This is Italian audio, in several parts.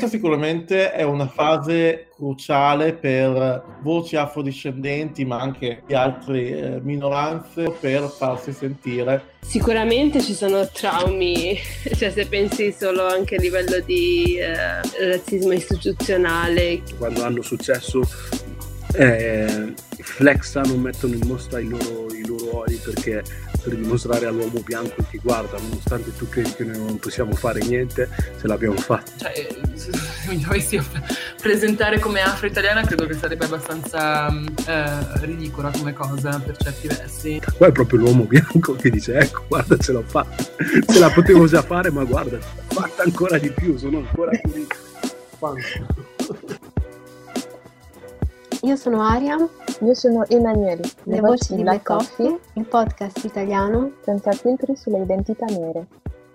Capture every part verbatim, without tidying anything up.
questa sicuramente è una fase cruciale per voci afrodiscendenti, ma anche di altre eh, minoranze, per farsi sentire. Sicuramente ci sono traumi, cioè se pensi solo anche a livello di eh, razzismo istituzionale. Quando hanno successo eh, flexano, mettono in mostra i loro, i loro ori perché per dimostrare all'uomo bianco che guarda, nonostante tu credi che noi non possiamo fare niente, ce l'abbiamo fatta. Cioè, se mi dovessi presentare come afro-italiana credo che sarebbe abbastanza eh, ridicola come cosa per certi versi. Qua è proprio l'uomo bianco che dice ecco, guarda, ce l'ho fatta, ce la potevo già fare, ma guarda, fatta ancora di più, sono ancora più Io sono Aria. Io sono Emanuele. Le, Le voci, voci di Black Coffee, Coffee, il podcast italiano senza filtri sulle identità nere.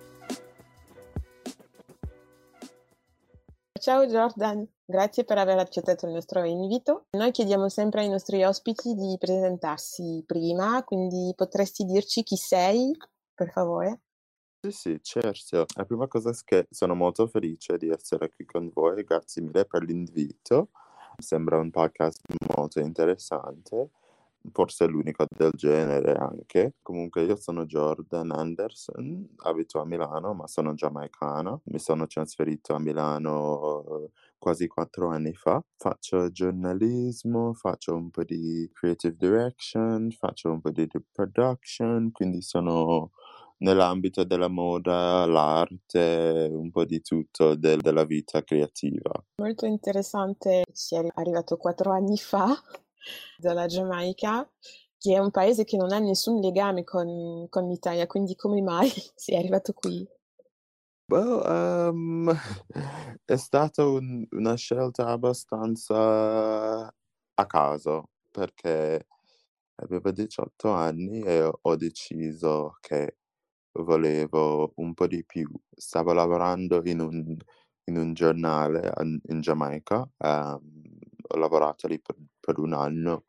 Ciao Jordan, grazie per aver accettato il nostro invito. Noi chiediamo sempre ai nostri ospiti di presentarsi prima, quindi potresti dirci chi sei, per favore? Sì, sì, certo. La prima cosa è che sono molto felice di essere qui con voi, grazie mille per l'invito. Sembra un podcast molto interessante, forse l'unico del genere anche. Comunque io sono Jordan Anderson, abito a Milano, ma sono giamaicano. Mi sono trasferito a Milano eh, quasi quattro anni fa. Faccio giornalismo, faccio un po' di creative direction, faccio un po' di production, quindi sono nell'ambito della moda, l'arte, un po' di tutto del- della vita creativa. Molto interessante, sei arrivato quattro anni fa dalla Giamaica, che è un paese che non ha nessun legame con, con l'Italia, quindi come mai sei arrivato qui? Well, ehm, è stata un- una scelta abbastanza a caso, perché avevo diciotto anni e ho ho deciso che volevo un po' di più. Stavo lavorando in un, in un giornale an- in Giamaica, ehm, ho lavorato lì per, per un anno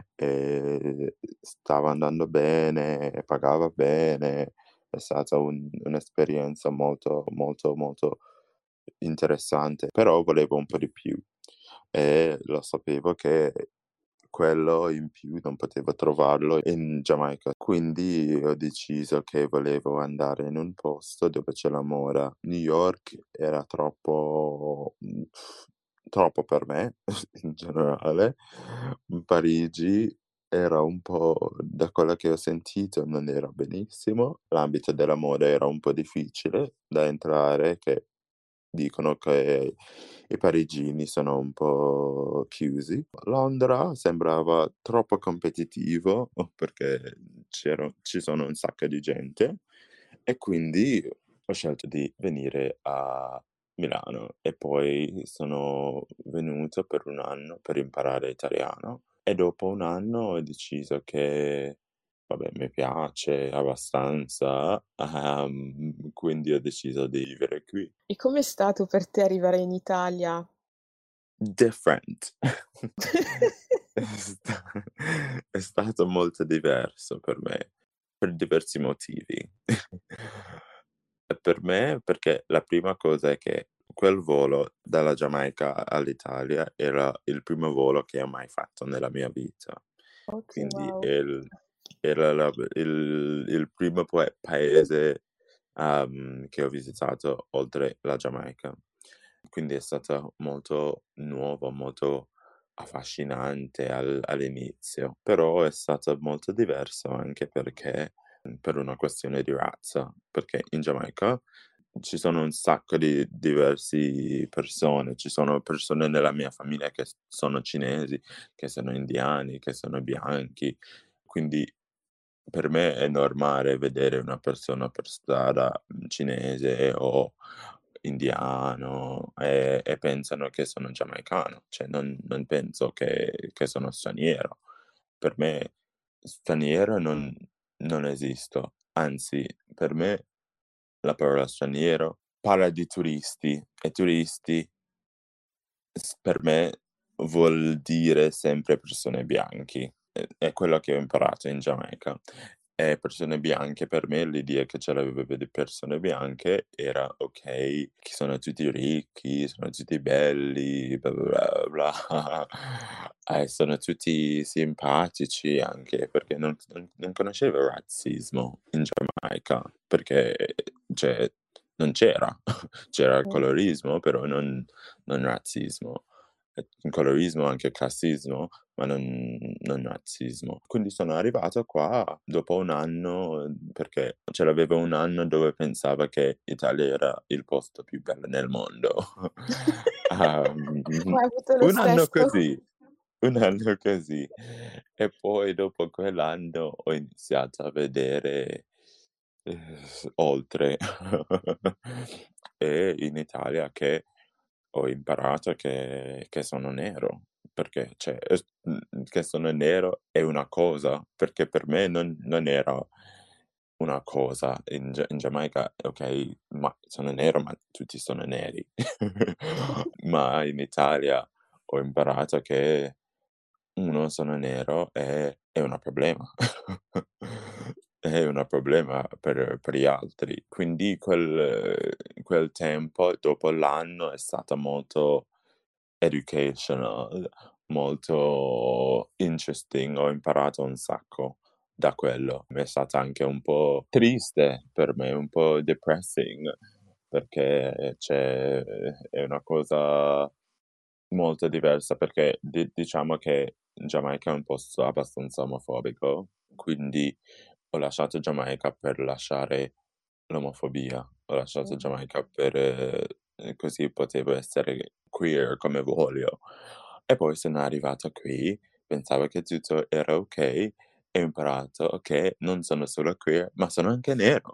e stava andando bene, pagava bene, è stata un- un'esperienza molto, molto, molto interessante, però volevo un po' di più e lo sapevo che quello in più non potevo trovarlo in Giamaica, quindi ho deciso che volevo andare in un posto dove c'è l'amore. New York era troppo, mm, troppo per me in generale. Parigi era un po', da quello che ho sentito, non era benissimo. L'ambito dell'amore era un po' difficile da entrare, che dicono che i parigini sono un po' chiusi. Londra sembrava troppo competitivo perché c'ero- ci sono un sacco di gente e quindi ho scelto di venire a Milano e poi sono venuto per un anno per imparare italiano e dopo un anno ho deciso che vabbè, mi piace abbastanza, ehm, quindi ho deciso di vivere qui. E com'è stato per te arrivare in Italia? Different. È sta- è stato molto diverso per me, per diversi motivi. E per me, perché la prima cosa è che quel volo dalla Giamaica all'Italia era il primo volo che ho mai fatto nella mia vita. Ok, Quindi wow. il- era la- il, il primo pa- paese um, che ho visitato oltre la Giamaica. Quindi è stato molto nuovo, molto affascinante al- all'inizio, però è stato molto diverso anche perché per una questione di razza, perché in Giamaica ci sono un sacco di diverse persone, ci sono persone nella mia famiglia che s- sono cinesi, che sono indiani, che sono bianchi, quindi per me è normale vedere una persona per strada mm, cinese o indiano e, e pensano che sono giamaicano, cioè non, non penso che, che sono straniero. Per me straniero non, non esisto, anzi per me la parola straniero parla di turisti e turisti s- per me vuol dire sempre persone bianchi. È, è quello che ho imparato in Giamaica. e persone bianche, per me l'idea che ce l'avevo di persone bianche era ok, sono tutti ricchi, sono tutti belli, bla bla bla, e sono tutti simpatici anche, perché non, non, non conoscevo il razzismo in Giamaica, perché cioè, non c'era, c'era il colorismo, però non, non razzismo. Il colorismo, anche classismo, ma non, non razzismo. Quindi sono arrivato qua dopo un anno, perché ce l'avevo un anno dove pensavo che l'Italia era il posto più bello nel mondo. um, Ho avuto lo un anno stesso. così, un anno così. E poi dopo quell'anno ho iniziato a vedere eh, oltre. E in Italia che ho imparato che, che sono nero, perché cioè, es- mm, che sono nero è una cosa, perché per me non, non era una cosa. In, Gia- in Giamaica, ok, ma sono nero, ma tutti sono neri. Ma in Italia ho imparato che uno sono nero è, è un problema. È un problema per, per gli altri. Quindi quel, quel tempo, dopo l'anno, è stato molto educational, molto interesting. Ho imparato un sacco da quello. È stato anche un po' triste per me, un po' depressing, perché c'è, è una cosa molto diversa, perché di- diciamo che Giamaica è un posto abbastanza omofobico, quindi ho lasciato Giamaica per lasciare l'omofobia, ho lasciato Giamaica per eh, così potevo essere queer come voglio. E poi sono arrivato qui, pensavo che tutto era ok, e ho imparato che non sono solo queer, ma sono anche nero.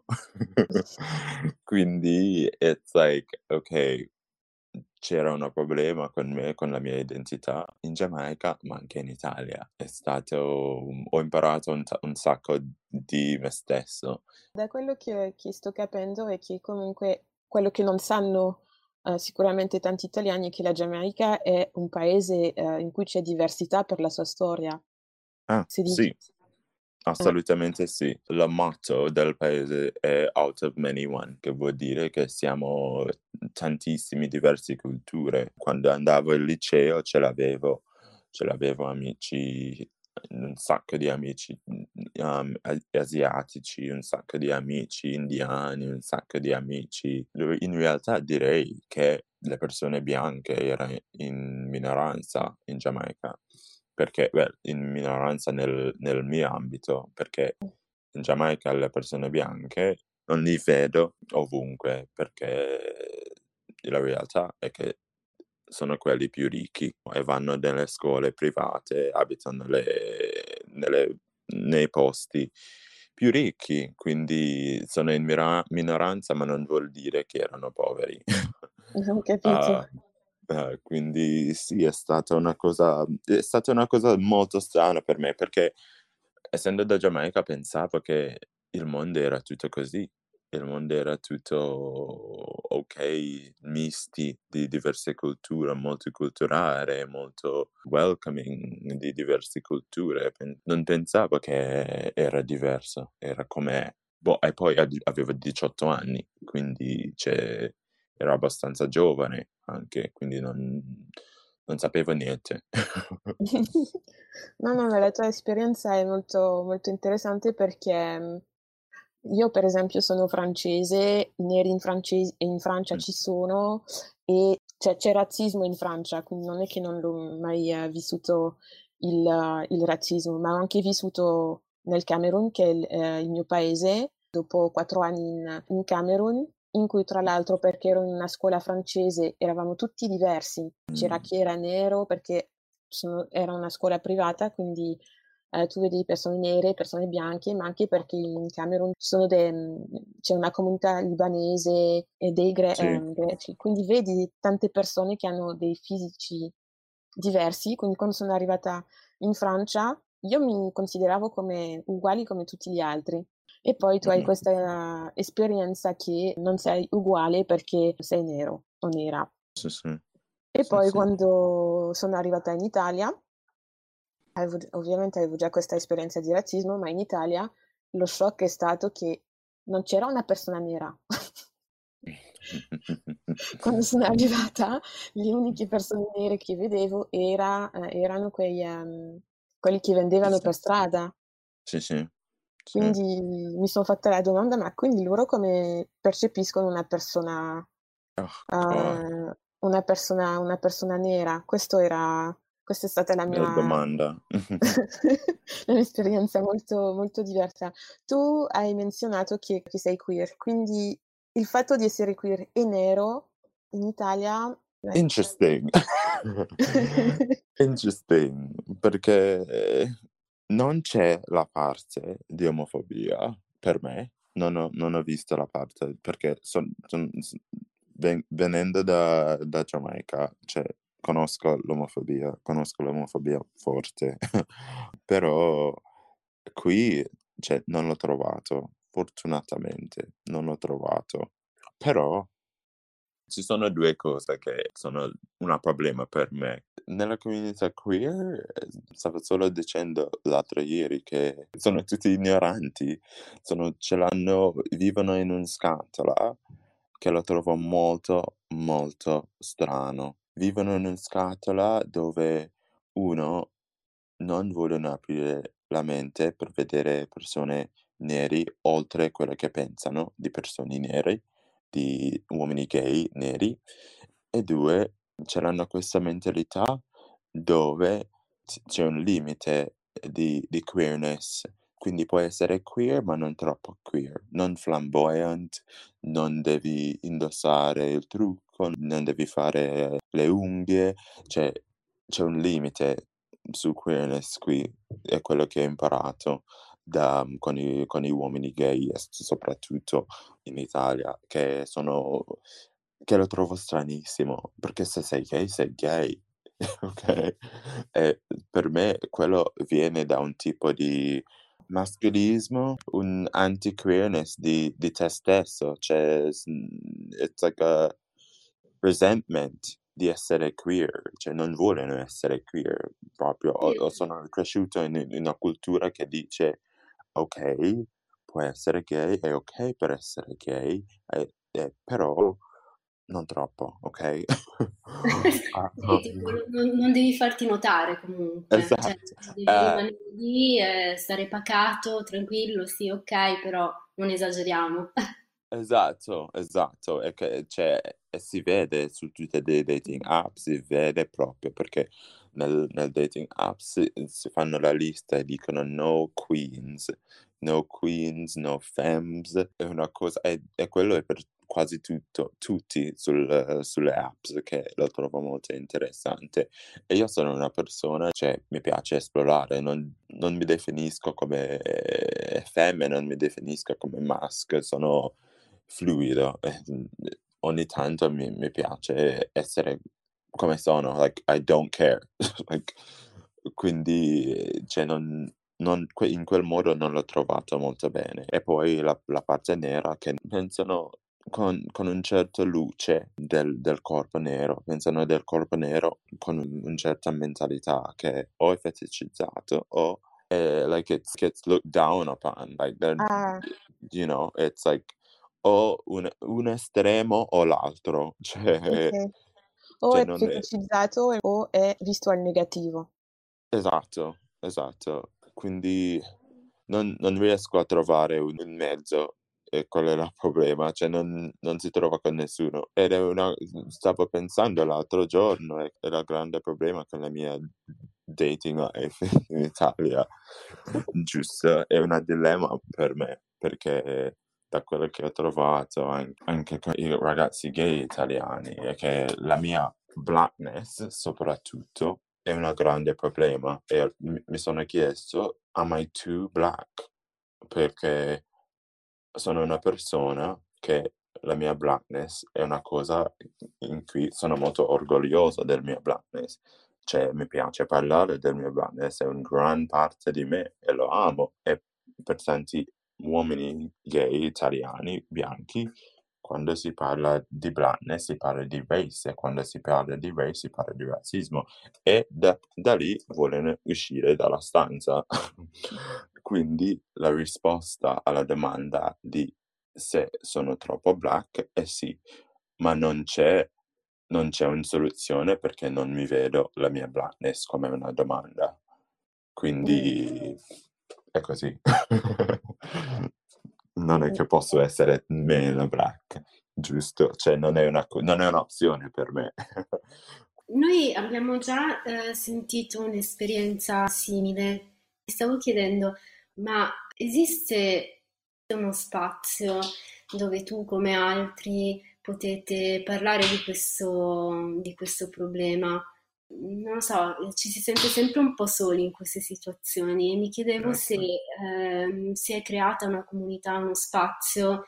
Quindi it's like, ok, c'era un problema con me, con la mia identità in Giamaica, ma anche in Italia. È stato, ho imparato un, ta- un sacco di me stesso. Da quello che, che sto capendo è che comunque quello che non sanno eh, sicuramente tanti italiani è che la Giamaica è un paese eh, in cui c'è diversità per la sua storia. Ah, Si dice, sì, assolutamente sì. Il motto del paese è Out of Many One, che vuol dire che siamo tantissime diverse culture. Quando andavo al liceo ce l'avevo, ce l'avevo amici, un sacco di amici um, asiatici, un sacco di amici indiani, un sacco di amici. In realtà direi che le persone bianche erano in minoranza in Giamaica, perché, beh, in minoranza nel, nel mio ambito, perché in Giamaica le persone bianche non li vedo ovunque, perché la realtà è che sono quelli più ricchi e vanno nelle scuole private, abitano nelle, nelle- nei posti più ricchi, quindi sono in mira- minoranza, ma non vuol dire che erano poveri. ho capito. Ah, eh, quindi sì, è stata una cosa, è stata una cosa molto strana per me, perché essendo da Giamaica pensavo che il mondo era tutto così, il mondo era tutto ok, misti di diverse culture, multiculturale, molto welcoming di diverse culture. Pen- Non pensavo che era diverso, era come... Boh, e poi ade- avevo diciotto anni, quindi cioè, ero abbastanza giovane anche, quindi non, non sapevo niente. No, no, la tua esperienza è molto, molto interessante perché mh, io, per esempio, sono francese, i neri in, France- in Francia Mm. ci sono e cioè, c'è razzismo in Francia, quindi non è che non l'ho mai eh, vissuto il, eh, il razzismo, ma ho anche vissuto nel Camerun, che è il, eh, il mio paese, dopo quattro anni in, in Camerun, in cui tra l'altro, perché ero in una scuola francese, eravamo tutti diversi. C'era chi era nero perché sono- era una scuola privata, quindi eh, tu vedi persone nere, persone bianche, ma anche perché in Camerun ci sono de- c'è una comunità libanese e dei gre- Sì. ehm, greci, quindi vedi tante persone che hanno dei fisici diversi, quindi quando sono arrivata in Francia io mi consideravo come uguali come tutti gli altri. E poi tu hai Mhm. questa esperienza che non sei uguale perché sei nero o nera. Sì, sì. E Sì, poi sì. quando sono arrivata in Italia, avevo- ovviamente avevo già questa esperienza di razzismo, ma in Italia lo shock è stato che non c'era una persona nera. Quando sono arrivata, le uniche persone nere che vedevo era, eh, erano quei, ehm, quelli che vendevano Sì. per strada. Sì, sì. Sì. Quindi mi sono fatta la domanda, ma quindi loro come percepiscono una persona, Oh, God. eh, una persona, una persona nera? Questo era, questa è stata la Bella mia, domanda. la mia esperienza molto, molto diversa. Tu hai menzionato che, che sei queer, quindi il fatto di essere queer e nero in Italia... eh, Interesting. Interesting, perché eh, non c'è la parte di omofobia per me. Non ho, non ho visto la parte perché son, son- s- ven- venendo da, da Giamaica, cioè, conosco l'omofobia, conosco l'omofobia forte, però qui cioè, non l'ho trovato, fortunatamente non l'ho trovato, però ci sono due cose che sono un problema per me. Nella comunità queer, eh, stavo solo dicendo l'altro ieri che sono tutti ignoranti, sono, ce l'hanno, vivono in una scatola che lo trovo molto, molto strano. Vivono in una scatola dove uno non vogliono aprire la mente per vedere persone neri oltre quello che pensano di persone nere, di uomini gay neri, e due, ce l'hanno questa mentalità dove c- c'è un limite di, di queerness, quindi puoi essere queer ma non troppo queer, non flamboyant, non devi indossare il trucco, non devi fare le unghie, cioè c'è un limite su queerness qui, è quello che ho imparato da, con, i, con i uomini gay, e s- soprattutto in Italia, che sono che lo trovo stranissimo, perché se sei gay sei gay, ok? E per me quello viene da un tipo di maschilismo, un anti-queerness di, di te stesso, cioè s- it's like a resentment di essere queer, cioè non vogliono essere queer proprio, o, o sono cresciuto in, in una cultura che dice ok, può essere gay, è ok per essere gay, eh, eh, però non troppo, ok? Ah, Sì, tipo, non, non devi farti notare comunque, cioè esatto. devi Eh, rimanere lì, e stare pacato, tranquillo, sì, ok, però non esageriamo. Esatto, esatto, e che cioè, e si vede su tutte le dating app, si vede proprio perché nel, nel dating app si, si fanno la lista e dicono no queens, no queens, no femmes, è una cosa, e, e quello è per quasi tutto, tutti sul, sulle apps, che lo trovo molto interessante. E io sono una persona, cioè mi piace esplorare, non, non mi definisco come eh, femmina, non mi definisco come maschio, sono fluido, e, mm, ogni tanto mi, mi piace essere come sono, like I don't care. Like, quindi cioè, non, non- que- in quel modo non l'ho trovato molto bene. E poi la, la parte nera che pensano con, con un certo luce del, del corpo nero, pensano del corpo nero con un- una certa mentalità che o è feticizzato o è like it gets looked down upon, like they're, Ah, you know, it's like o un, un estremo o l'altro, cioè, ok. O cioè è non è... feticizzato o è visto al negativo. Esatto, esatto. Quindi non, non riesco a trovare un, un mezzo, e quello era il problema, cioè non, non si trova con nessuno. Ed è una, stavo pensando l'altro giorno, e era il grande problema con la mia dating life in Italia, giusto? È un dilemma per me, perché da quello che ho trovato an- anche con i ragazzi gay italiani, è che la mia blackness soprattutto è un grande problema, e mi mi sono chiesto am I too black? Perché sono una persona che la mia blackness è una cosa in cui sono molto orgoglioso del mio blackness, cioè mi piace parlare del mio blackness, è una gran parte di me e lo amo, e per tanti uomini gay italiani bianchi, quando si parla di blackness si parla di race, e quando si parla di race si parla di razzismo, e da, da lì vogliono uscire dalla stanza. quindi la risposta alla domanda di se sono troppo black è sì, ma non c'è, non c'è una soluzione perché non mi vedo la mia blackness come una domanda. Quindi è così. Non è che posso essere meno black, giusto? Cioè non è, una, non è un'opzione per me. Noi abbiamo già eh, sentito un'esperienza simile. Mi stavo chiedendo, ma esiste uno spazio dove tu come altri potete parlare di questo, di questo problema? Non lo so, ci si sente sempre un po' soli in queste situazioni e mi chiedevo se ehm, si è creata una comunità, uno spazio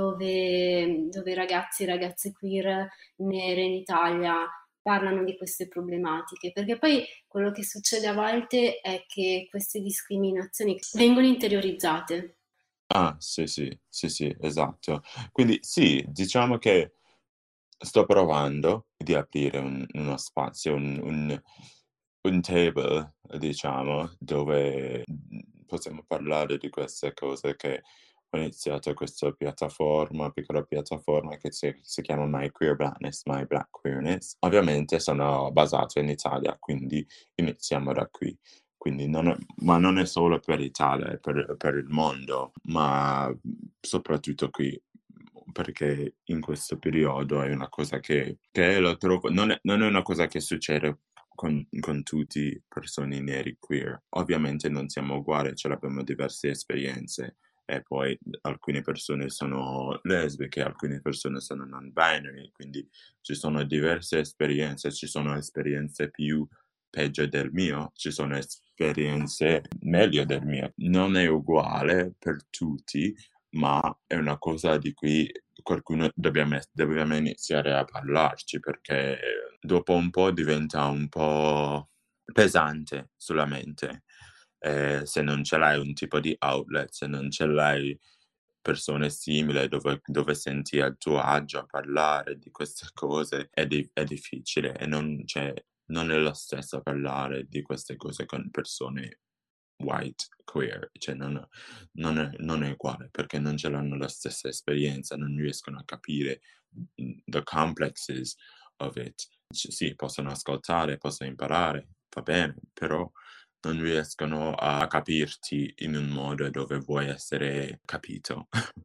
dove, dove ragazzi e ragazze queer nere in Italia parlano di queste problematiche, perché poi quello che succede a volte è che queste discriminazioni vengono interiorizzate. Ah, sì, sì, sì, sì, esatto. Quindi sì, diciamo che sto provando di aprire un, uno spazio, un, un, un table, diciamo, dove possiamo parlare di queste cose che ho iniziato questa piattaforma, piccola piattaforma che si, si chiama My Queer Blackness, My Black Queerness. Ovviamente sono basato in Italia, quindi iniziamo da qui. Quindi non è, ma non è solo per l'Italia, è per, per il mondo, ma soprattutto qui, perché in questo periodo è una cosa che, che lo trovo, non è, non è una cosa che succede con, con tutti persone neri queer. Ovviamente non siamo uguali, ce l'abbiamo diverse esperienze e poi alcune persone sono lesbiche, alcune persone sono non-binary, quindi ci sono diverse esperienze, ci sono esperienze più peggio del mio, ci sono esperienze meglio del mio. Non è uguale per tutti, ma è una cosa di cui qualcuno dobbiamo, dobbiamo iniziare a parlarci, perché dopo un po' diventa un po' pesante sulla mente. Eh, se non ce l'hai un tipo di outlet, se non ce l'hai persone simili dove, dove senti a tuo agio a parlare di queste cose, è, di, è difficile e non, cioè, non è lo stesso parlare di queste cose con persone white, queer, cioè non, non, è, non è uguale, perché non ce l'hanno la stessa esperienza, non riescono a capire the complexes of it. C- sì, possono ascoltare, possono imparare, va bene, però non riescono a capirti in un modo dove vuoi essere capito.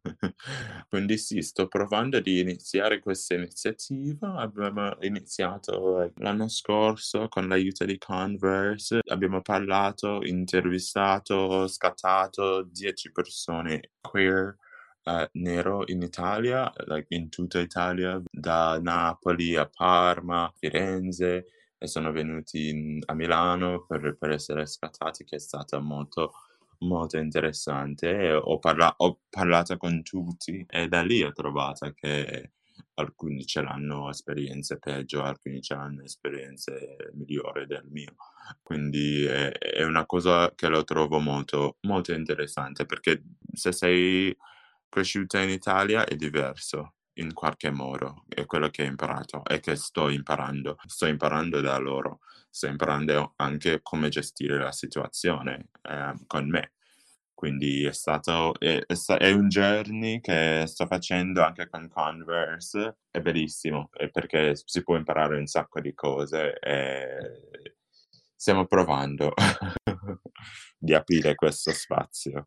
Quindi sì, sto provando di iniziare questa iniziativa. Abbiamo iniziato l'anno scorso con l'aiuto di Converse. Abbiamo parlato, intervistato, scattato dieci persone queer uh, nero in Italia, like in tutta Italia, da Napoli a Parma, Firenze, e sono venuti in, a Milano per, per essere scattati, che è stata molto molto interessante. E ho, parla- ho parlato con tutti e da lì ho trovato che alcuni ce l'hanno esperienze peggio, alcuni ce l'hanno esperienze migliori del mio, quindi è, è una cosa che lo trovo molto molto interessante, perché se sei cresciuta in Italia è diverso in qualche modo, è quello che ho imparato e che sto imparando, sto imparando da loro, sto imparando anche come gestire la situazione eh, con me. Quindi è stato, è, è, sta- è un journey che sto facendo anche con Converse, è bellissimo, è perché si può imparare un sacco di cose e stiamo provando di aprire questo spazio.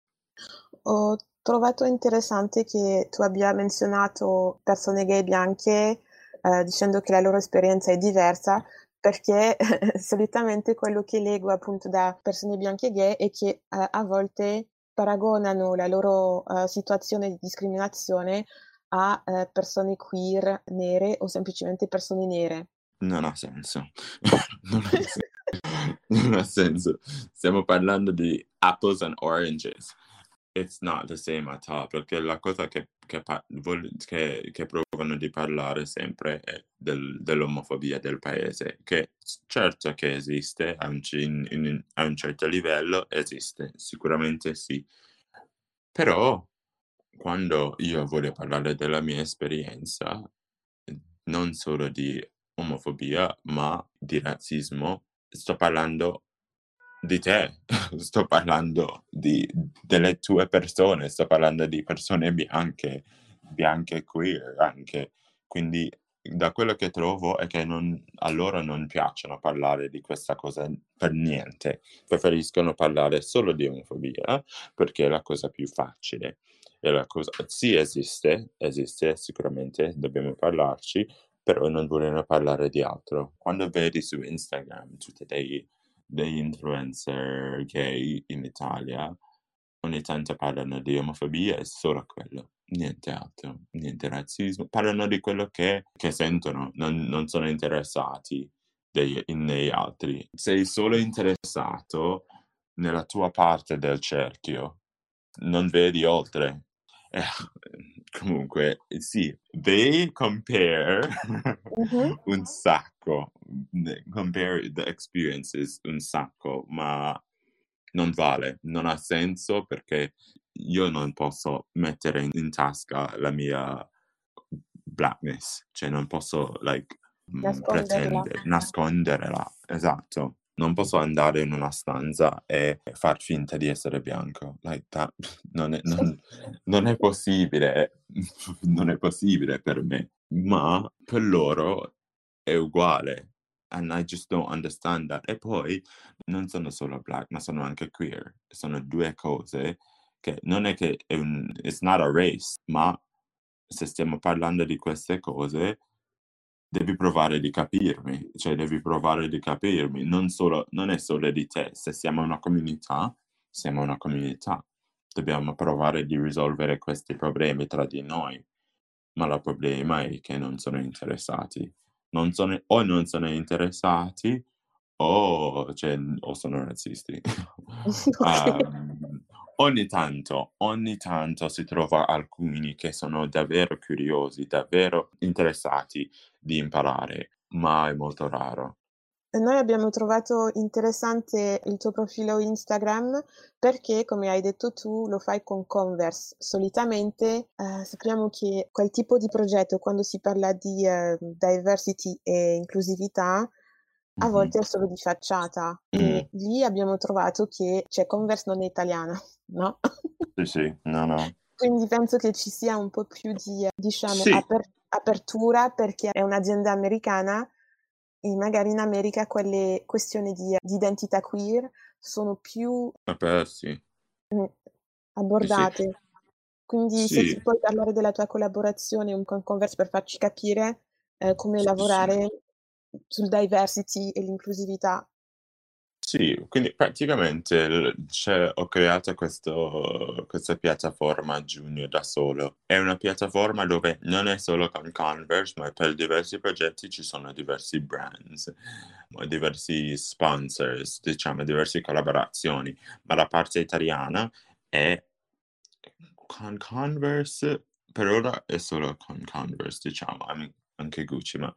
Ho trovato interessante che tu abbia menzionato persone gay bianche eh, dicendo che la loro esperienza è diversa, perché solitamente quello che leggo appunto da persone bianche gay è che eh, a volte paragonano la loro eh, situazione di discriminazione a eh, persone queer nere o semplicemente persone nere. Non ha senso. non, ha senso. non ha senso. Stiamo parlando di apples and oranges. It's not the same at all, perché la cosa che, che, che, che provano di parlare sempre è del, dell'omofobia del paese, che certo che esiste a un, in, in, a un certo livello, esiste, sicuramente sì, però quando io voglio parlare della mia esperienza, non solo di omofobia, ma di razzismo, sto parlando di te, sto parlando di, delle tue persone, sto parlando di persone bianche, bianche queer anche, quindi da quello che trovo è che non, a loro non piacciono parlare di questa cosa per niente, preferiscono parlare solo di omofobia perché è la cosa più facile. È la cosa, sì, esiste, esiste sicuramente, dobbiamo parlarci, però non vogliono parlare di altro. Quando vedi su Instagram tutti dei, degli influencer gay in Italia, ogni tanto parlano di omofobia e solo quello, niente altro, niente razzismo, parlano di quello che, che sentono, non, non sono interessati dei, negli altri. Sei solo interessato nella tua parte del cerchio, non vedi oltre. Eh, comunque, sì, they compare Mhm. un sacco, compare the experiences un sacco, ma non vale, non ha senso perché io non posso mettere in, in tasca la mia blackness, cioè non posso, like, mh, Nasconderla. pretendere, nasconderla, esatto. Non posso andare in una stanza e far finta di essere bianco. Like that, non, è, non, non è possibile, non è possibile per me. Ma per loro è uguale. And I just don't understand that. E poi non sono solo black, ma sono anche queer. Sono due cose che non è che è un, it's not a race, ma se stiamo parlando di queste cose devi provare di capirmi, cioè devi provare di capirmi, non, solo, non è solo di te, se siamo una comunità, siamo una comunità, dobbiamo provare di risolvere questi problemi tra di noi, ma il problema è che non sono interessati, non sono, o non sono interessati o, cioè, o sono razzisti. um, ogni tanto, ogni tanto si trova alcuni che sono davvero curiosi, davvero interessati di imparare, ma è molto raro. Noi abbiamo trovato interessante il tuo profilo Instagram perché, come hai detto tu, lo fai con Converse. Solitamente eh, sappiamo che quel tipo di progetto, quando si parla di eh, diversity e inclusività, a Mhm. volte è solo di facciata. Mm. E lì abbiamo trovato che, cioè, Converse non è italiana, no? Sì, sì, no, no. Quindi penso che ci sia un po' più di, eh, diciamo, Sì. aper- apertura perché è un'azienda americana e magari in America quelle questioni di, di identità queer sono più Vabbè, sì. mm, abbordate. Quindi se Sì. ci puoi parlare della tua collaborazione un- con Converse per farci capire eh, come Sì, lavorare sul diversity e l'inclusività. Sì, quindi praticamente l- c'è- ho creato questo- questa piattaforma a giugno da solo. È una piattaforma dove non è solo con Converse, ma per diversi progetti ci sono diversi brands, diversi sponsors, diciamo, diverse collaborazioni. Ma la parte italiana è con Converse, per ora è solo con Converse, diciamo, I mean, anche Gucci, ma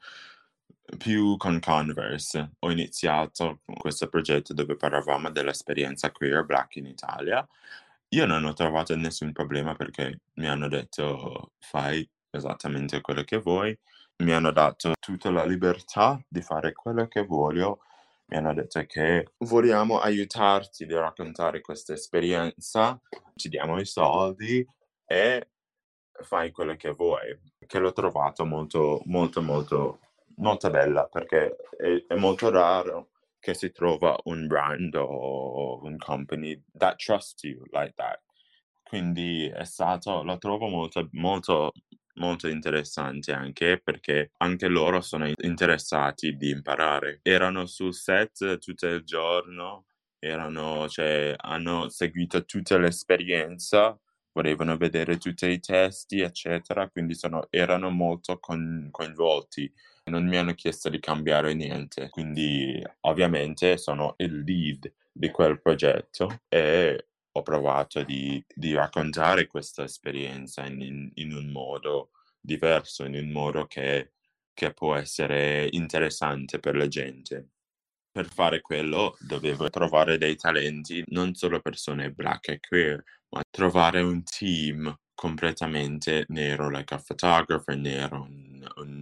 più con Converse. Ho iniziato con questo progetto dove parlavamo dell'esperienza queer black in Italia. Io non ho trovato nessun problema perché mi hanno detto fai esattamente quello che vuoi, mi hanno dato tutta la libertà di fare quello che voglio, mi hanno detto che vogliamo aiutarti a raccontare questa esperienza, ti diamo i soldi e fai quello che vuoi, che l'ho trovato molto, molto, molto, molto bella perché è, è molto raro che si trova un brand o un company that trusts you like that. Quindi è stato, lo trovo molto, molto, molto interessante anche perché anche loro sono interessati di imparare. Erano sul set tutto il giorno, erano, cioè, hanno seguito tutta l'esperienza, volevano vedere tutti i testi, eccetera, quindi sono, erano molto con, coinvolti. Non mi hanno chiesto di cambiare niente, quindi ovviamente sono il lead di quel progetto e ho provato di, di raccontare questa esperienza in, in, in un modo diverso, in un modo che, che può essere interessante per la gente. Per fare quello dovevo trovare dei talenti, non solo persone black e queer, ma trovare un team completamente nero, like a photographer nero, un, un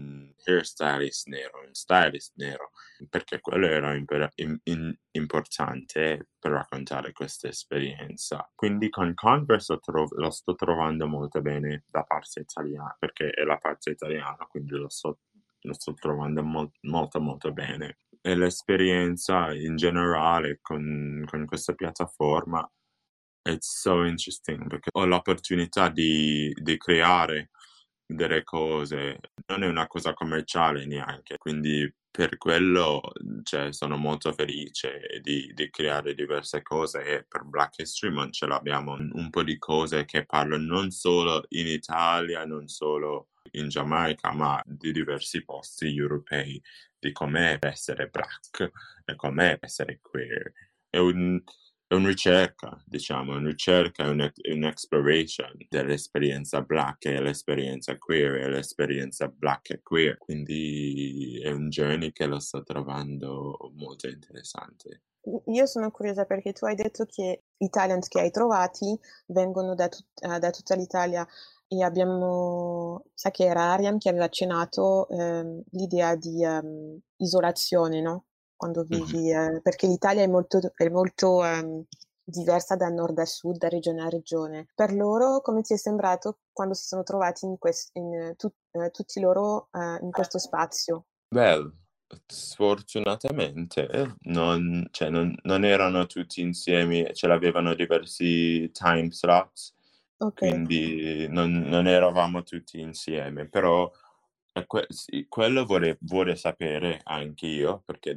hairstylist nero, un stylist nero, perché quello era imper- in- in- importante per raccontare questa esperienza. Quindi con Converse lo, trov- lo sto trovando molto bene da parte italiana, perché è la parte italiana, quindi lo sto, lo sto trovando mol- molto molto bene. E l'esperienza in generale con, con questa piattaforma it's so interesting perché ho l'opportunità di, di creare delle cose, non è una cosa commerciale neanche, quindi per quello cioè, sono molto felice di, di creare diverse cose e per Black History Month ce l'abbiamo un, un po' di cose che parlano non solo in Italia, non solo in Giamaica, ma di diversi posti europei, di com'è essere black e com'è essere queer. È un È una ricerca, diciamo, una ricerca, un, un exploration dell'esperienza black e l'esperienza queer e l'esperienza black e queer. Quindi è un journey che lo sto trovando molto interessante. Io sono curiosa perché tu hai detto che i talent che hai trovati vengono da, tut- eh, da tutta l'Italia e abbiamo, sa che era Ariam che aveva accennato ehm, l'idea di ehm, isolazione, no? Quando Mhm. vivi, eh, perché l'Italia è molto, è molto ehm, diversa da nord a sud, da regione a regione. Per loro, come ti è sembrato quando si sono trovati in quest- in, eh, tut- eh, tutti loro eh, in questo spazio? Well, sfortunatamente non, cioè, non, non erano tutti insieme, ce l'avevano diversi time slots, Ok. quindi non, non eravamo tutti insieme, però eh, que- sì, quello vorrei, vorrei sapere anche io, perché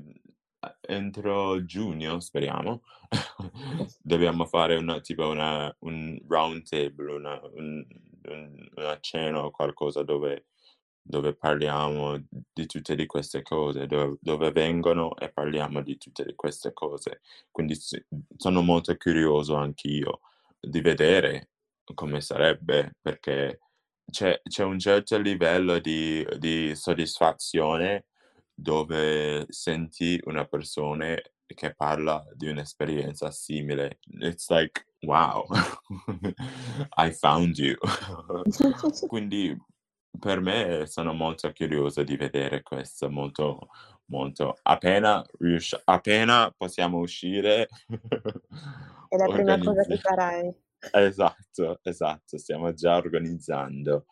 entro giugno, speriamo, dobbiamo fare una, tipo una, un round table, una, un, un- una cena o qualcosa dove, dove parliamo di tutte di queste cose, dove, dove vengono e parliamo di tutte di queste cose. Quindi sì, sono molto curioso anch'io di vedere come sarebbe, perché c'è, c'è un certo livello di, di soddisfazione dove senti una persona che parla di un'esperienza simile. It's like, wow, I found you. Quindi per me sono molto curioso di vedere questo, molto, molto. Appena, riusci- appena possiamo uscire, È la prima cosa che organizzi- farai. Esatto, esatto, stiamo già organizzando,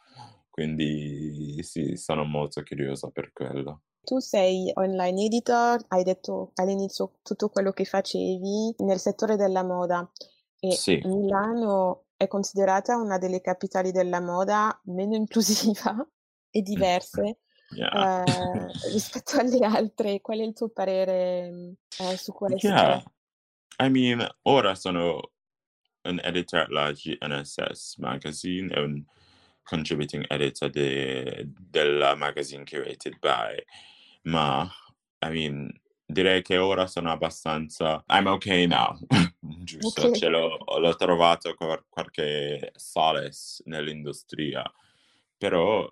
quindi sì, sono molto curioso per quello. Tu sei online editor, hai detto all'inizio tutto quello che facevi nel settore della moda e Sì, Milano è considerata una delle capitali della moda meno inclusiva e diverse yeah. eh, rispetto alle altre. Qual è il tuo parere eh, su Yeah, questo? I mean, ora sono un editor alla G N S S Magazine e un contributing editor de- della magazine curated by, ma, I mean, direi che ora sono abbastanza... I'm okay now, giusto? Ok. Ce l'ho, l'ho trovato qual- qualche solace nell'industria, però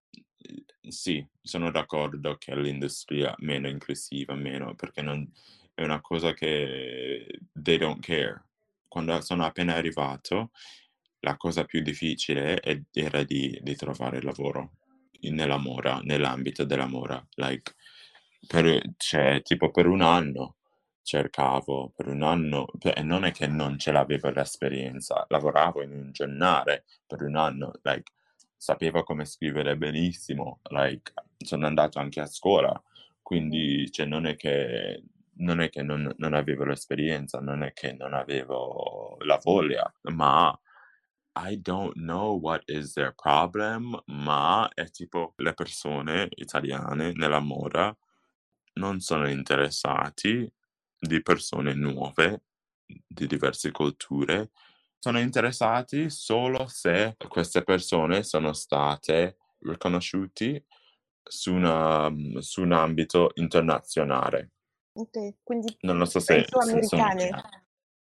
eh, sì, sono d'accordo che l'industria meno inclusiva, meno, perché non, è una cosa che they don't care. Quando sono appena arrivato, la cosa più difficile è- era di, di trovare lavoro in- nella moda, nell'ambito della moda. Like, per, cioè, tipo per un anno cercavo, per un anno, e non è che non ce l'avevo l'esperienza, lavoravo in un giornale per un anno, like, sapevo come scrivere benissimo, like, sono andato anche a scuola, quindi cioè, non è che, non, è che non, non avevo l'esperienza, non è che non avevo la voglia, ma I don't know what is their problem, ma è tipo le persone italiane nella moda non sono interessati di persone nuove, di diverse culture, sono interessati solo se queste persone sono state riconosciuti su, una, su un ambito internazionale. Ok, quindi Non lo so se, penso se sono americane. chiaro.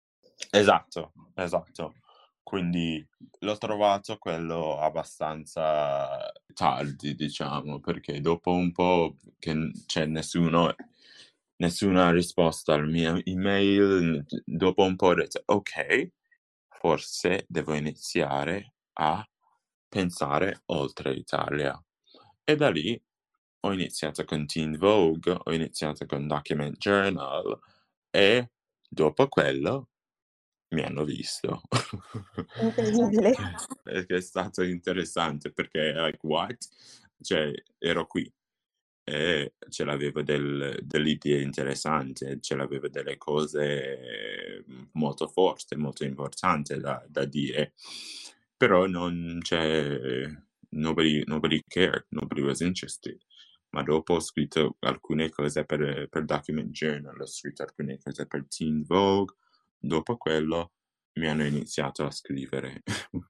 Esatto, esatto. Quindi l'ho trovato quello abbastanza tardi, diciamo, perché dopo un po' che n- c'è nessuno, nessuna risposta alla mia email, n- dopo un po' ho detto, ok, forse devo iniziare a pensare oltre Italia. E da lì ho iniziato con Teen Vogue, ho iniziato con Document Journal e dopo quello mi hanno visto. Incredibile. Che è stato interessante perché, like, what? Cioè, ero qui e ce l'avevo del, delle idee interessanti, ce l'avevo delle cose molto forti, molto importanti da, da dire, però non c'è, nobody, nobody cared, nobody was interested. Ma dopo ho scritto alcune cose per, per Document Journal, ho scritto alcune cose per Teen Vogue, dopo quello mi hanno iniziato a scrivere.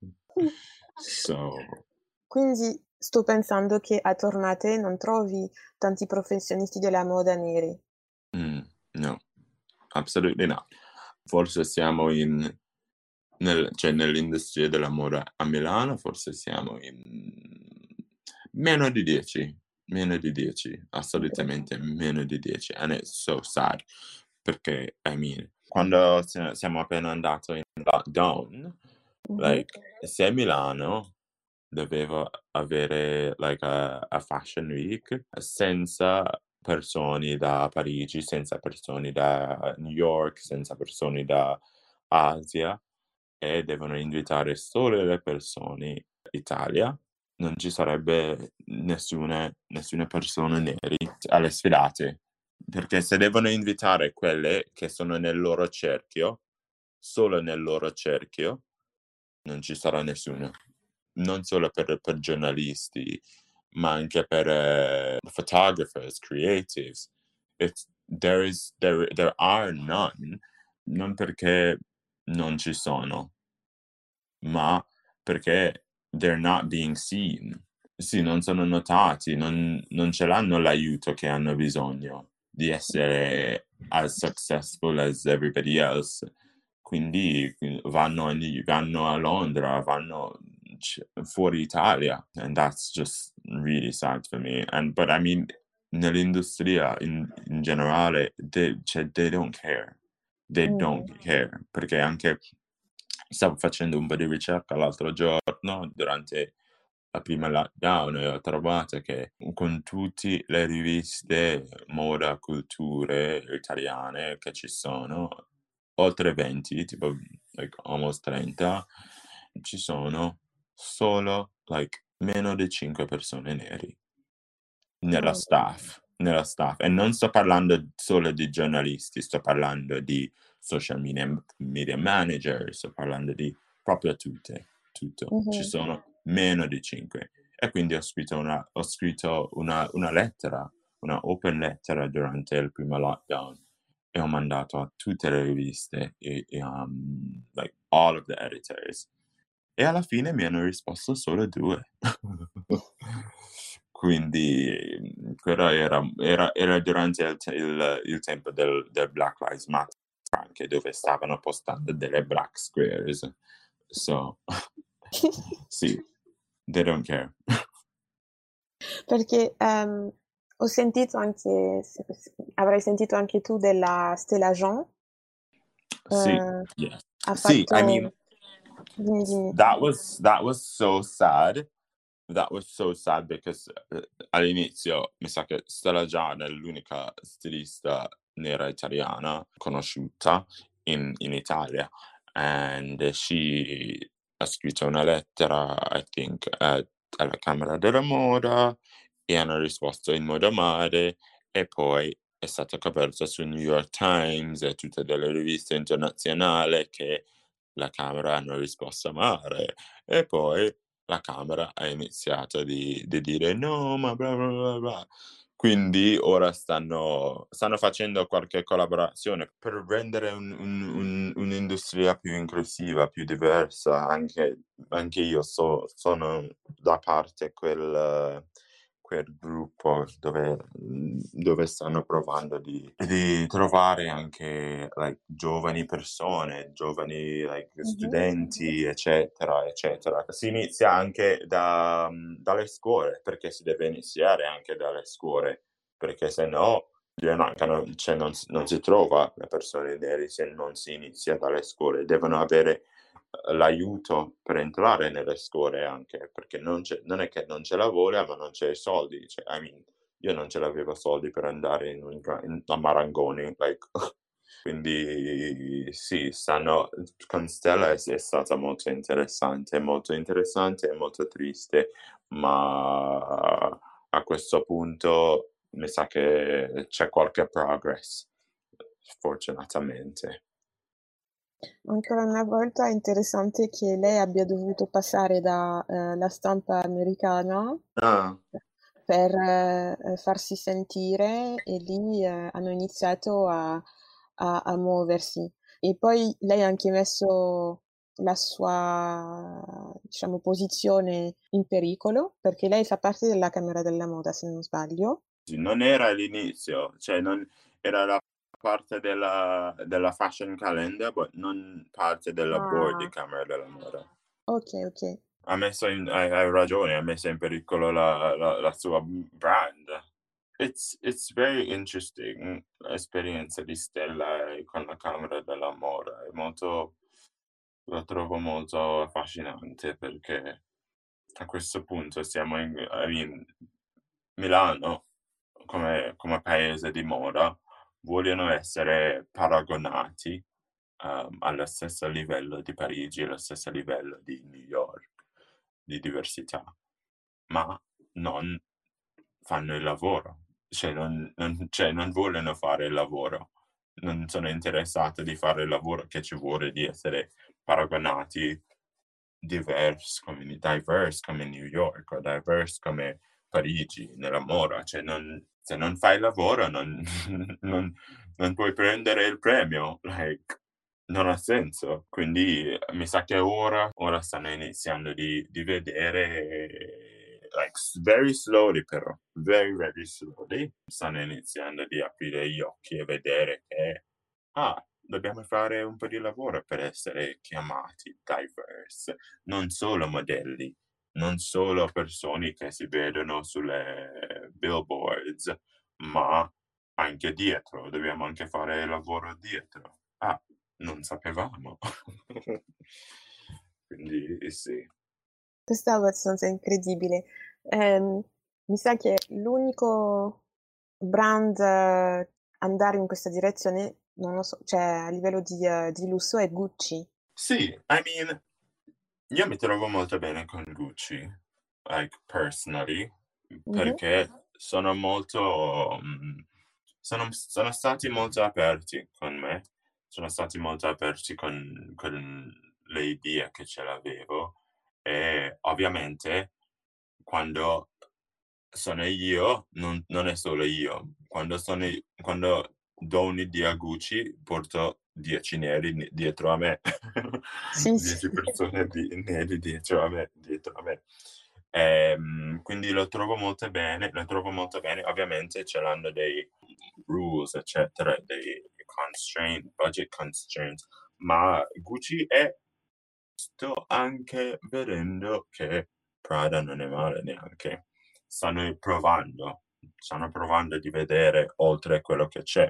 So, Quindi sto pensando che a Tornate non trovi tanti professionisti della moda neri. mm, no, assolutamente no. Forse siamo in, nel, cioè nell'industria della moda a Milano, forse siamo in meno di dieci, meno di dieci, assolutamente meno di dieci. And it's so sad, perché, I mean, quando si- siamo appena andati in lockdown, Mhm. like, se Milano doveva avere like a, a Fashion Week senza persone da Parigi, senza persone da New York, senza persone da Asia, e devono invitare solo le persone Italia, non ci sarebbe nessuna, nessuna persona neri alle sfilate, perché se devono invitare quelle che sono nel loro cerchio, solo nel loro cerchio, non ci sarà nessuno. Non solo per, per giornalisti, ma anche per uh, photographers, creatives. It's, there, is, there, there are none, non perché non ci sono, ma perché they're not being seen. Sì, non sono notati, non, non ce l'hanno l'aiuto che hanno bisogno di essere as successful as everybody else. Quindi vanno a, vanno a Londra, vanno fuori Italia, and that's just really sad for me. And but I mean, nell'industria in, in generale, they, cioè, they don't care. They Mm. don't care, perché anche stavo facendo un po' di ricerca l'altro giorno durante la prima lockdown e ho trovato che con tutte le riviste moda, culture italiane che ci sono, oltre venti, tipo like almost trenta, ci sono solo like meno di cinque persone neri nella Mm. staff, nella staff. E non sto parlando solo di giornalisti, sto parlando di social media, media manager, sto parlando di proprio tutte, tutto. Mhm. Ci sono meno di cinque. E quindi ho scritto una, ho scritto una, una lettera, una open lettera durante il primo lockdown e ho mandato a tutte le riviste e, e um, like all of the editors. E alla fine mi hanno risposto solo due. Quindi quello era, era, era durante il, il, il tempo del, del Black Lives Matter, anche dove stavano postando delle black squares. So, sì, they don't care. Perché ehm, ho sentito anche, avrai sentito anche tu della Stella Jean. Sì, Eh, yes. ha Sì, fatto... I mean, Dimmi, dimmi. that was, that was so sad. That was so sad because uh, all'inizio mi sa che Stella Jean è l'unica stilista nera italiana conosciuta in, in Italia, and she ha scritto una lettera, I think, uh, alla Camera della Moda e hanno risposto in modo male, e poi è stata coperta su New York Times e tutte delle riviste internazionali che la Camera hanno risposto male, e poi la Camera ha iniziato di, di dire no, ma bla bla bla bla. Quindi ora stanno, stanno facendo qualche collaborazione per rendere un, un, un, un'industria più inclusiva, più diversa. Anche, anche io so, sono da parte quel, quel gruppo dove, dove stanno provando di, di trovare anche like, giovani persone, giovani like, Mhm. studenti, eccetera, eccetera. Si inizia anche da, dalle scuole, perché si deve iniziare anche dalle scuole, perché se no non, cioè non, non si trova le persone nere se non si inizia dalle scuole. Devono avere l'aiuto per entrare nelle scuole anche, perché non, c'è, non è che non c'è la voglia, ma non c'è i soldi. Cioè, I mean, io non ce l'avevo soldi per andare in un, in, a Marangoni, like. Quindi sì, stanno, con Stella è, è stata molto interessante, molto interessante e molto triste, ma a questo punto mi sa che c'è qualche progress, fortunatamente. Ancora una volta è interessante che lei abbia dovuto passare dalla eh, stampa americana Ah, per eh, farsi sentire e lì eh, hanno iniziato a, a- a muoversi. E poi lei ha anche messo la sua, diciamo, posizione in pericolo perché lei fa parte della Camera della Moda, se non sbaglio. non era all'inizio, cioè non era la parte della, della fashion calendar, ma non parte della board di Ah, Camera della Moda. ok, ok. Ha messo in, hai, hai ragione, ha messo in pericolo la, la, la sua brand. It's, it's very interesting l'esperienza di Stella con la Camera della Moda. È molto, lo trovo molto affascinante perché a questo punto siamo in, I mean, Milano come, come paese di moda vogliono essere paragonati um, allo stesso livello di Parigi, allo stesso livello di New York, di diversità, ma non fanno il lavoro, cioè non, non, cioè non vogliono fare il lavoro, non sono interessato di fare il lavoro che ci vuole di essere paragonati diverse come, diverse come New York o diverse come Parigi nella moda, cioè non, se non fai il lavoro non, non, non puoi prendere il premio, like, non ha senso. Quindi mi sa che ora, ora stanno iniziando di, di vedere, like, very slowly però, very very slowly, stanno iniziando di aprire gli occhi e vedere che, ah, dobbiamo fare un po' di lavoro per essere chiamati diverse, non solo modelli, non solo persone che si vedono sulle billboards, ma anche dietro, dobbiamo anche fare il lavoro dietro. Ah, non sapevamo. Quindi sì. Questa è abbastanza incredibile. Ehm, mi sa che l'unico brand eh, andare in questa direzione, non lo so, cioè a livello di, eh, di lusso è Gucci. Sì, I mean, io mi trovo molto bene con Gucci, like personally, Mhm. perché sono molto, mm, sono, sono stati molto aperti con me, sono stati molto aperti con, con le idee che ce l'avevo e ovviamente quando sono io, non, non è solo io, quando, sono, quando do un'idea a Gucci porto dieci neri ni- dietro a me, Sì, dieci sì. persone di, neri dietro a me, dietro a me. Ehm, quindi lo trovo molto bene, lo trovo molto bene, ovviamente ce l'hanno dei rules, eccetera, dei constraint, budget constraints, ma Gucci è, sto anche vedendo che Prada non è male neanche, stanno provando, stanno provando di vedere oltre quello che c'è.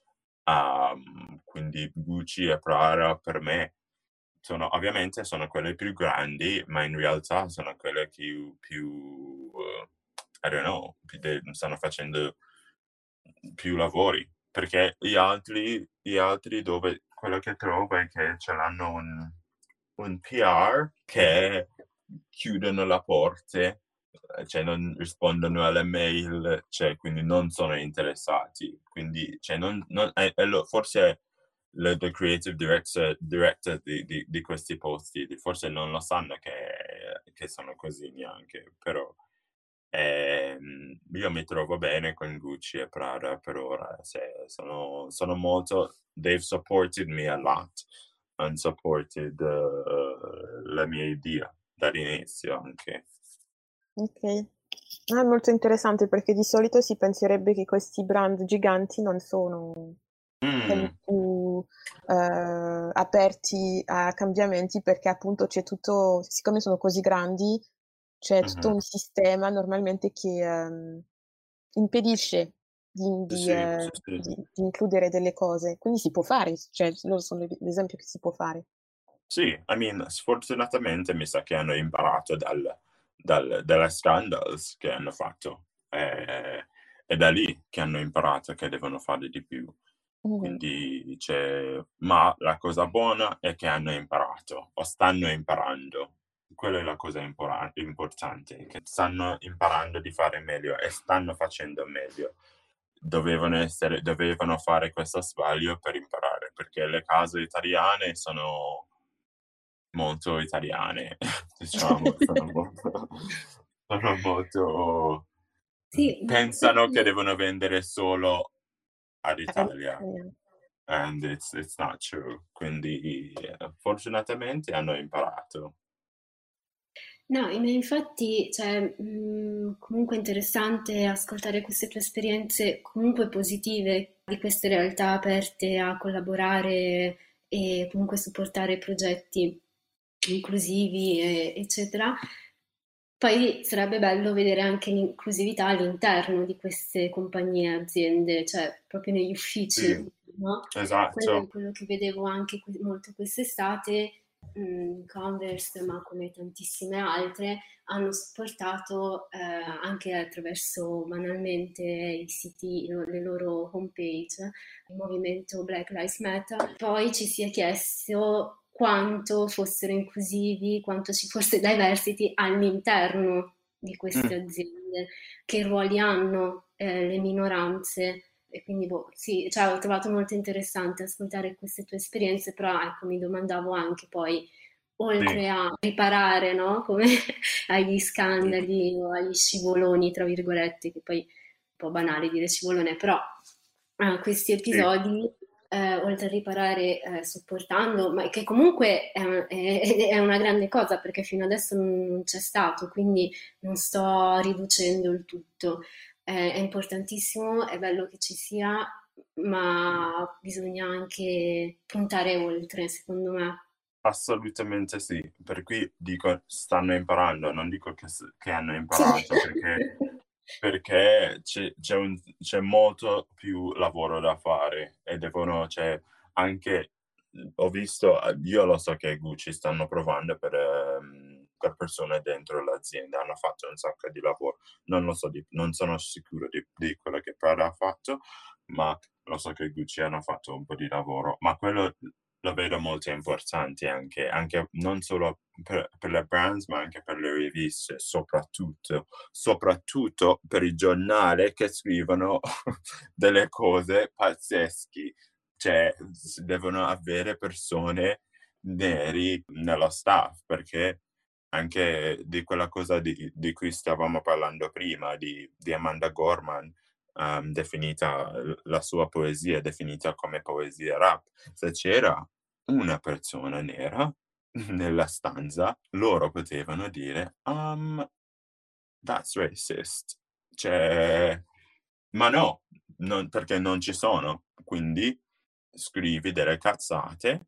Um, quindi Gucci e Prada per me sono, ovviamente sono quelle più grandi, ma in realtà sono quelle più, più uh, I don't know, più de- stanno facendo più lavori, perché gli altri, gli altri dove, quello che trovo è che ce l'hanno un, un P R che chiudono le porte, eh, cioè non rispondono alle mail, cioè quindi non sono interessati, quindi cioè non, non, è, è lo- forse le the creative director, director di, di, di questi posti forse non lo sanno che, che sono così neanche, però ehm, io mi trovo bene con Gucci e Prada per ora, se- sono, sono molto, they've supported me a lot and supported uh, la mia idea dall'inizio anche. Ok. Ah, è molto interessante perché di solito si penserebbe che questi brand giganti non sono quelli Mm, più eh, aperti a cambiamenti perché appunto c'è tutto, siccome sono così grandi, c'è tutto mhm. un sistema normalmente che ehm, impedisce di, di, Sì, eh, sì, sì. di- di includere delle cose. Quindi si può fare, cioè loro sono l'es- l'esempio che si può fare. Sì, I mean, sfortunatamente mi sa che hanno imparato dal, dal, dalle scandals che hanno fatto. Eh, è da lì che hanno imparato che devono fare di più. Mhm. Quindi c'è, ma la cosa buona è che hanno imparato o stanno imparando. Quella è la cosa impora- importante, che stanno imparando di fare meglio e stanno facendo meglio. Dovevano essere, dovevano fare questo sbaglio per imparare, perché le case italiane sono molto italiane, diciamo, sono molto, sono molto Sì, ma pensano che infatti devono vendere solo all'Italia. Eh, And it's, it's not true. Quindi eh, fortunatamente hanno imparato. no, ma infatti, cioè, mh, comunque è interessante ascoltare queste tue esperienze comunque positive di queste realtà aperte a collaborare e comunque supportare progetti inclusivi, e- eccetera. Poi sarebbe bello vedere anche l'inclusività all'interno di queste compagnie e aziende, cioè proprio negli uffici, Sì, no? Quello è esatto. quello che vedevo anche que- molto quest'estate. mh, Converse, ma come tantissime altre, hanno supportato eh, anche attraverso banalmente i siti, lo- le loro homepage, il movimento Black Lives Matter. Poi ci si è chiesto quanto fossero inclusivi, quanto ci fosse diversity all'interno di queste Mm, aziende, che ruoli hanno eh, le minoranze. E quindi, boh, sì, cioè, ho trovato molto interessante ascoltare queste tue esperienze, però ecco, mi domandavo anche poi, sì, oltre a riparare, no? Come agli sì, scandali o agli scivoloni, tra virgolette, che poi è un po' banale dire scivolone, però eh, questi sì, episodi, eh, oltre a riparare eh, sopportando, ma che comunque è, è- è una grande cosa perché fino adesso non, non c'è stato, quindi non sto riducendo il tutto. Eh, è importantissimo, è bello che ci sia, ma bisogna anche puntare oltre, secondo me. assolutamente sì. Per cui dico stanno imparando, non dico che, s- che hanno Sì. imparato, perché, perché c'è, c'è un- c'è molto più lavoro da fare e devono, cioè, anche, ho visto, io lo so che Gucci stanno provando per, ehm, per persone dentro l'azienda, hanno fatto un sacco di lavoro, non lo so, di- non sono sicuro di, di quello che Prada ha fatto, ma lo so che Gucci hanno fatto un po' di lavoro, ma quello lo vedo molto importante anche, anche non solo per, per le brands, ma anche per le riviste, soprattutto, soprattutto per i giornali che scrivono delle cose pazzesche. Cioè, s- devono avere persone neri nello staff, perché anche di quella cosa di, di cui stavamo parlando prima, di, di Amanda Gorman, ehm, definita, la sua poesia è definita come poesia rap. Se c'era una persona nera nella stanza, loro potevano dire, um, that's racist. Cioè, ma no, non- perché non ci sono. Quindi scrivi delle cazzate.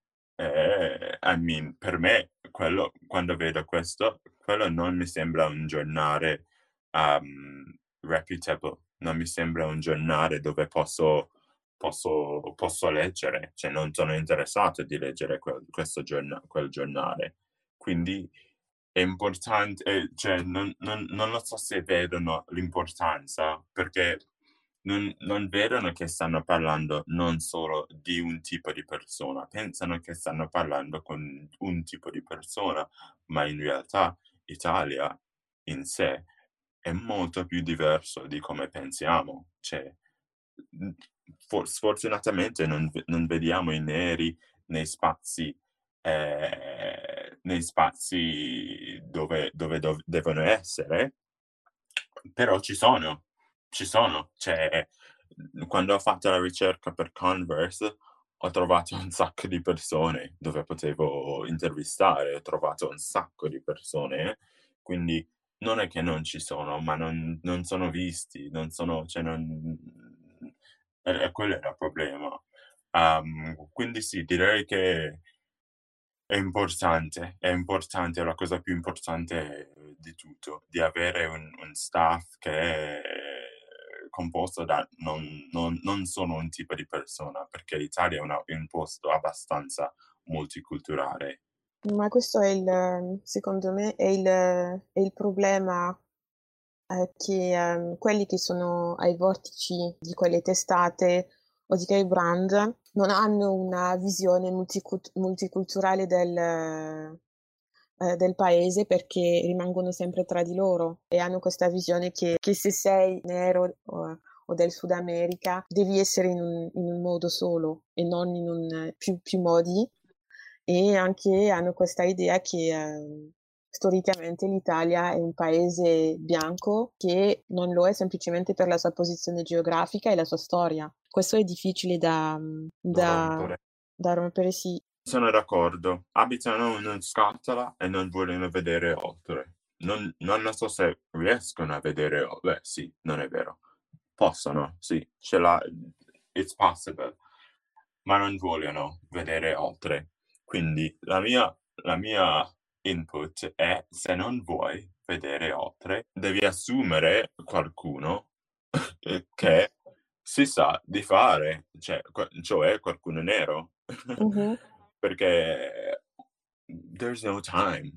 E, I mean, per me, quello, quando vedo questo, quello non mi sembra un giornale um, reputable, non mi sembra un giornale dove posso, posso, posso leggere, cioè non sono interessato di leggere quel, questo giorna- quel giornale. Quindi è importante, eh, cioè non, non- non lo so se vedono l'importanza, perché non, non vedono che stanno parlando non solo di un tipo di persona, pensano che stanno parlando con un tipo di persona, ma in realtà Italia in sé è molto più diverso di come pensiamo. Cioè, mh, for- sfortunatamente non, ve- non vediamo i neri nei spazi, eh, nei spazi dove, dove dov- devono essere, però ci sono, ci sono. Cioè, quando ho fatto la ricerca per Converse, ho trovato un sacco di persone dove potevo intervistare, ho trovato un sacco di persone, quindi non è che non ci sono, ma non, non sono visti, non sono, cioè non... E, e quello era il problema. Um, quindi sì, direi che è importante, è importante, è la cosa più importante di tutto, di avere un, un staff che è composto da non, non, non solo un tipo di persona, perché l'Italia è, una- è un posto abbastanza multiculturale. Ma questo è il, secondo me, è il, è il problema eh, che ehm, quelli che sono ai vortici di quelle testate o di quei brand non hanno una visione multicult- multiculturale del, eh, del paese perché rimangono sempre tra di loro e hanno questa visione che, che se sei nero o, o del Sud America devi essere in un, in un modo solo e non in un, più, più modi, e anche hanno questa idea che eh, storicamente l'Italia è un paese bianco che non lo è semplicemente per la sua posizione geografica e la sua storia. Questo è difficile da, da, rompere. da rompere, sì. Sono d'accordo. Abitano in una scatola e non vogliono vedere oltre. Non, non so se riescono a vedere oltre. Beh, sì, non è vero. Possono, sì, ce l'ha. It's possible. Ma non vogliono vedere oltre. Quindi la mia, la mia input è: se non vuoi vedere oltre, devi assumere qualcuno che si sa di fare, cioè, cioè qualcuno nero. Mm-hmm. Perché there's no time.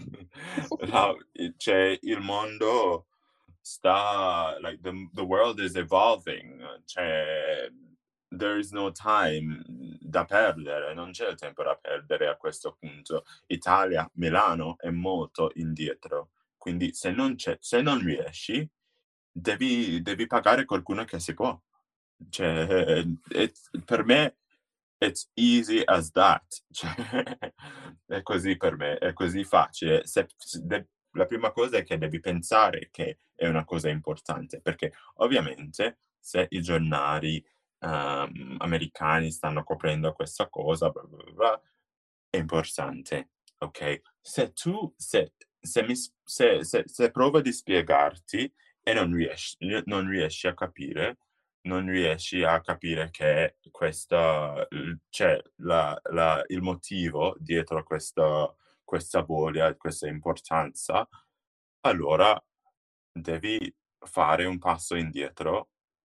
La, cioè, il mondo sta, like, the, the world is evolving, cioè, there is no time da perdere, non c'è tempo da perdere a questo punto. Italia, Milano è molto indietro, quindi se non, c'è, se non riesci, devi, devi pagare qualcuno che si può. Cioè, it's, per me it's easy as that. Cioè, è così per me, è così facile. Se, de, la prima cosa è che devi pensare che è una cosa importante, perché ovviamente se i giornali um, americani stanno coprendo questa cosa, bla bla bla, è importante, ok? Se tu, se, se, mi, se, se, se provo di spiegarti e non riesci, non riesci a capire, non riesci a capire che questa, cioè, la, la, il motivo dietro questa, questa voglia, questa importanza, allora devi fare un passo indietro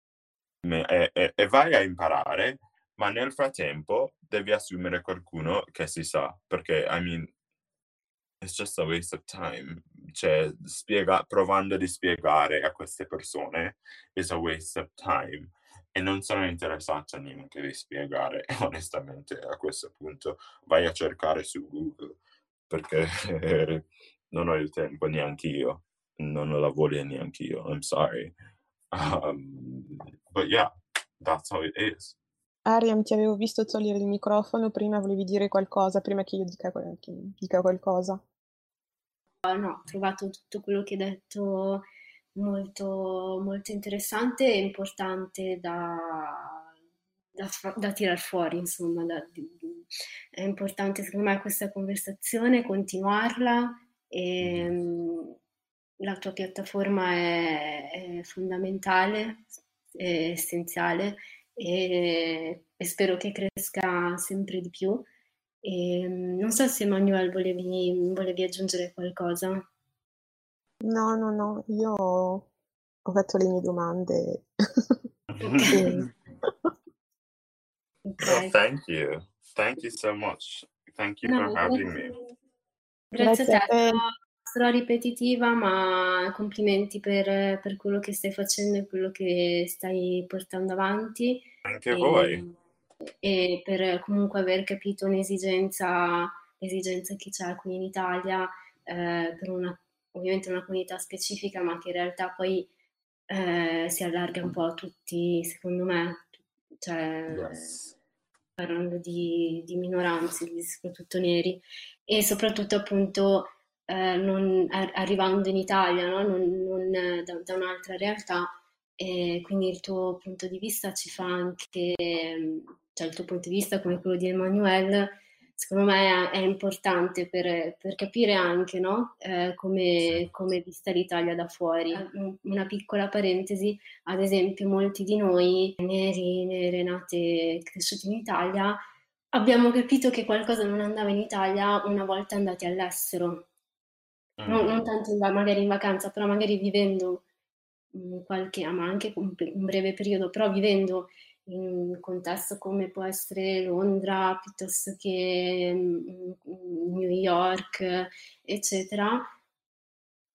e, e, e vai a imparare, ma nel frattempo devi assumere qualcuno che si sa, perché, I mean, it's just a waste of time. Cioè, spiega, provando di spiegare a queste persone is a waste of time. E non sono interessato neanche di spiegare, onestamente, a questo punto. Vai a cercare su Google, perché non ho il tempo neanche io. Non ho la voglia neanche io. I'm sorry. Um, but yeah, that's how it is. Ariam, ti avevo visto togliere il microfono, prima volevi dire qualcosa, prima che io dica, che dica qualcosa. No, ho trovato tutto quello che hai detto molto, molto interessante e importante da, da, da tirar fuori, insomma. Da, è importante secondo me questa conversazione, continuarla, e mm. la tua piattaforma è, è fondamentale, è essenziale, e, e spero che cresca sempre di più. E, non so se Manuel volevi, volevi aggiungere qualcosa. No, no, no, io ho fatto le mie domande. Okay. Okay. Well, thank you. Thank you so much. Thank you no, for having grazie, me. grazie, Grazie a te. a te. Sarò ripetitiva, ma complimenti per, per quello che stai facendo e quello che stai portando avanti. Anche e, voi. E per comunque aver capito un'esigenza, l'esigenza che c'è qui in Italia, eh, per una, ovviamente una comunità specifica, ma che in realtà poi eh, si allarga un po' a tutti, secondo me. Cioè, Yes. parlando di, di minoranze, di, soprattutto neri, e soprattutto appunto eh, non, a, arrivando in Italia, no? non, non, da, da un'altra realtà, e quindi il tuo punto di vista ci fa anche, cioè il tuo punto di vista come quello di Emmanuel, secondo me è, è importante per, per capire anche, no? eh, come, come è vista l'Italia da fuori. Una piccola parentesi: ad esempio molti di noi neri, nere, nate e cresciuti in Italia, abbiamo capito che qualcosa non andava in Italia una volta andati all'estero. Mm. Non, non tanto in, magari in vacanza, però magari vivendo in qualche, ma anche un, un breve periodo, però vivendo in un contesto come può essere Londra, piuttosto che New York, eccetera,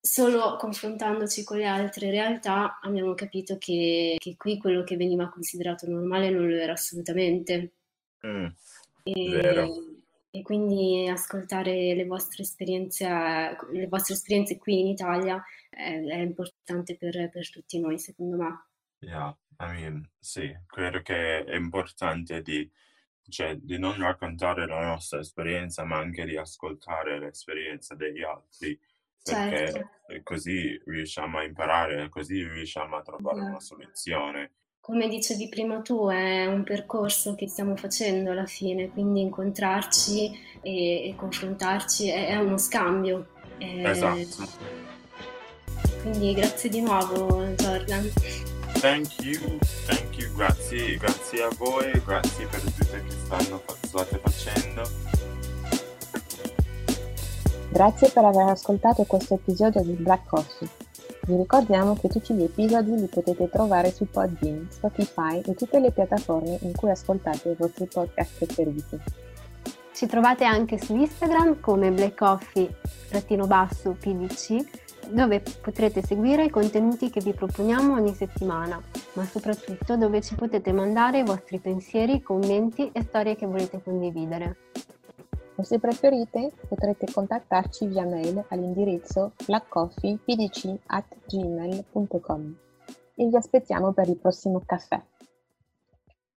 solo confrontandoci con le altre realtà abbiamo capito che, che qui quello che veniva considerato normale non lo era assolutamente. Mm, E, vero. e quindi ascoltare le vostre esperienze, le vostre esperienze qui in Italia è, è importante per, per tutti noi, secondo me. Yeah, I mean, sì, credo che è importante di, cioè, di non raccontare la nostra esperienza, ma anche di ascoltare l'esperienza degli altri, perché Certo. così riusciamo a imparare, così riusciamo a trovare una Esatto. soluzione. Come dicevi prima tu, è un percorso che stiamo facendo alla fine, quindi incontrarci e, e confrontarci è, è uno scambio. È- Esatto. Quindi grazie di nuovo, Jordan. Thank you, thank you, grazie, grazie a voi, grazie per tutto che stanno, state facendo. Grazie per aver ascoltato questo episodio di Black Coffee. Vi ricordiamo che tutti gli episodi li potete trovare su Podbean, Spotify e tutte le piattaforme in cui ascoltate i vostri podcast preferiti. Ci trovate anche su Instagram come blackcoffee-P D C, dove potrete seguire i contenuti che vi proponiamo ogni settimana, ma soprattutto dove ci potete mandare i vostri pensieri, commenti e storie che volete condividere. O se preferite, potrete contattarci via mail all'indirizzo blackcoffeepdc at gmail punto com e vi aspettiamo per il prossimo caffè.